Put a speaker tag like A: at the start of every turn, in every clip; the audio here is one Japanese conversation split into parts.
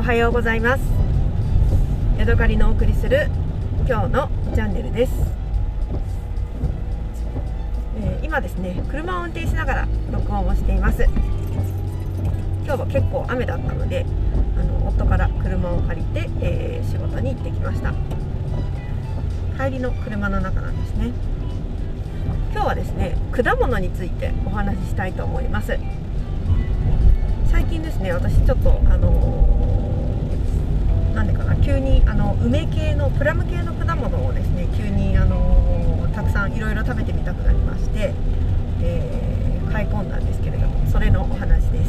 A: はようございます。ヤドカリのお送りする今日のチャンネルです。今ですね、車を運転しながら録音をしています。今日は結構雨だったので、夫から車を借りて、仕事に行ってきました。帰りの車の中なんですね。今日はですね、果物についてお話ししたいと思います。最近ですね、私ちょっとなんでかな、急に梅系のプラム系の果物をですね、急にたくさんいろいろ食べてみたくなりまして、買い込んだんですけれども、それのお話です。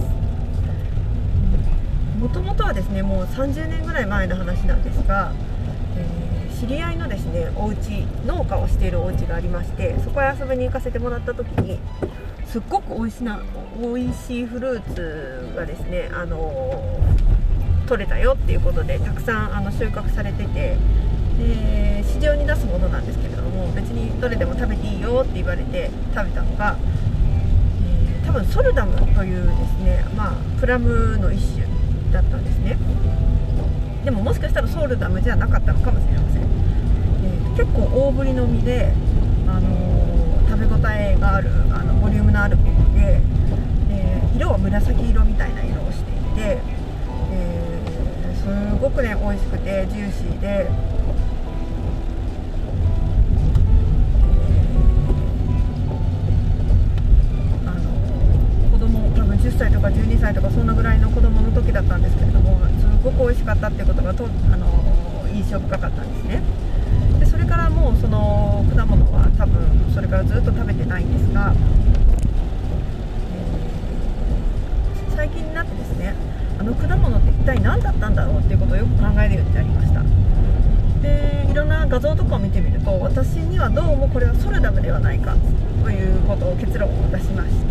A: もともとはですね、もう30年ぐらい前の話なんですが、知り合いのですね、お家、農家をしているお家がありまして、そこへ遊びに行かせてもらった時に、すっごく美味しいフルーツがですね、取れたよっていうことでたくさん収穫されてて、で市場に出すものなんですけれども、別にどれでも食べていいよって言われて食べたのが、多分ソルダムというですね、プラムの一種だったんですね。でももしかしたらソルダムじゃなかったのかもしれません。結構大ぶりの実で、食べ応えがあるボリュームのあるもので、色は紫色みたいな色をしていて、すごくね美味しくてジューシーで、子供多分10歳とか12歳とかそんなぐらいの子供の時だったんですけれども、すごく美味しかったっていうことが印象深かったんですね。でそれからもうその果物は多分それからずっと食べてないんですが、最近になってですね、果物って一体何だったんだろうっていうことをよく考えるようになりました。でいろんな画像とかを見てみると、私にはどうもこれはソルダムではないかということを結論を出しまして、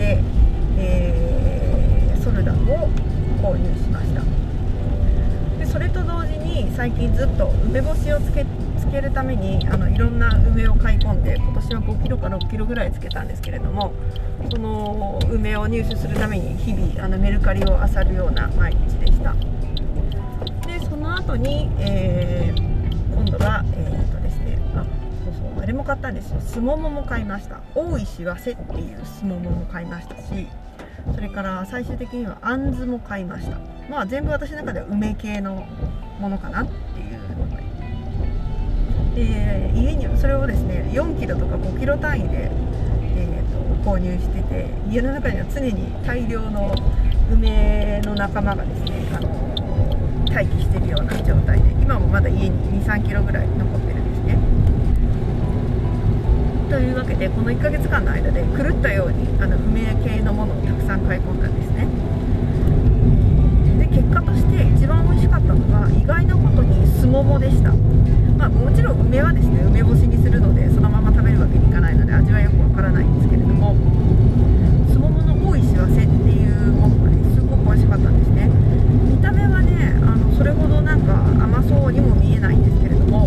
A: ソルダムを購入しました。でそれと同時に最近ずっと梅干しをつけるためにいろんな梅を買い込んで、今年は5キロか6キロぐらいつけたんですけれども、その梅を入手するために日々メルカリを漁るような毎日でした。でその後に、今度はですね、そうあれも買ったんですよ。すももも買いました。大石早生っていうすももも買いましたし、それから最終的にはあんずも買いました。全部私の中では梅系のものかなっていうのが、家にそれをですね4キロとか5キロ単位で、購入してて、家の中には常に大量の梅の仲間がですね待機しているような状態で、今もまだ家に 2,3 キロぐらい残ってるんですね。というわけでこの1ヶ月間の間で狂ったように梅系のものをたくさん買い込んだんですね。で結果として一番美味しかったのが、意外なことにすももでした。もちろん梅はですね、梅干しにするのでそのまま食べるわけにいかないので味はよくわからないんですけれども、すももの大石早生っていうものがね、すごく美味しかったんですね。見た目はねそれほどなんか甘そうにも見えないんですけれども、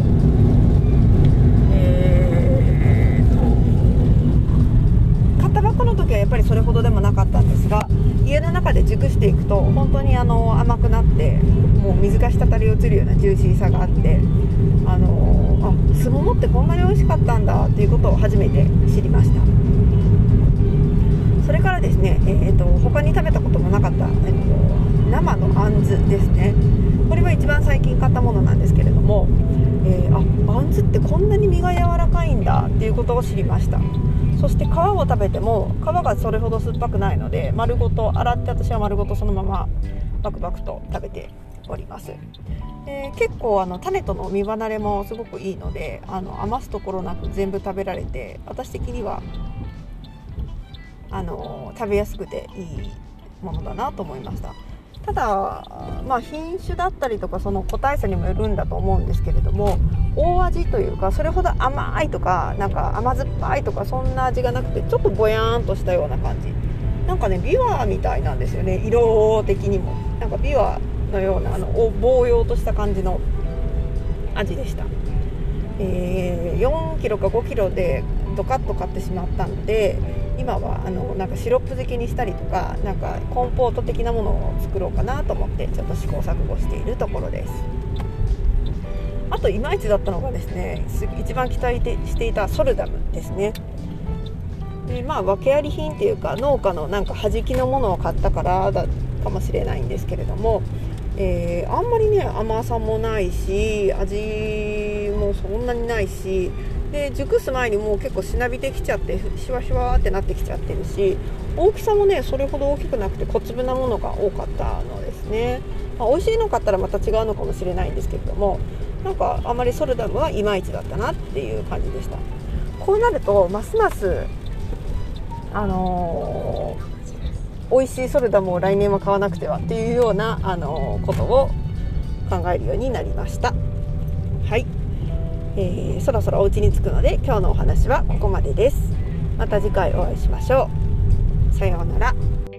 A: 買ったばっかの時はやっぱりそれほどでもなかったんですが、家の中で熟していくと本当に甘くなって、もう水が滴り落ちるようなジューシーさがあって、すももってこんなに美味しかったんだっていうことを初めて知りました。それからですね、他に食べたこともなかった、生のあんずですね。これは一番最近買ったものなんですけれども、あんずってこんなに身が柔らかいんだっていうことを知りました。そして皮を食べても皮がそれほど酸っぱくないので、丸ごと洗って、私は丸ごとそのままバクバクと食べております。結構種との実離れもすごくいいので、余すところなく全部食べられて、私的には食べやすくていいものだなと思いました。ただ、品種だったりとかその個体差にもよるんだと思うんですけれども、大味というかそれほど甘いとかなんか甘酸っぱいとかそんな味がなくて、ちょっとぼやーんとしたような感じ、なんかねビワみたいなんですよね。色的にもなんかビワのような棒葉とした感じの味でした。4キロか5キロでドカッと買ってしまったので、 今はなんかシロップ漬けにしたりとか、なんかコンポート的なものを作ろうかなと思ってちょっと試行錯誤しているところです。あといまいちだったのがですね、一番期待していたソルダムですね。で訳あり品っていうか農家のなんか弾きのものを買ったからだかもしれないんですけれども、あんまりね甘さもないし味もそんなにないし、で熟す前にもう結構しなびてきちゃってシュワシュワってなってきちゃってるし、大きさもねそれほど大きくなくて小粒なものが多かったのですね。美味しいの買ったらまた違うのかもしれないんですけれども、なんかあまりソルダムはいまいちだったなっていう感じでした。こうなるとますます美味しいソルダムを来年は買わなくてはっていうようなことを考えるようになりました。はい、そろそろお家に着くので今日のお話はここまでです。また次回お会いしましょう。さようなら。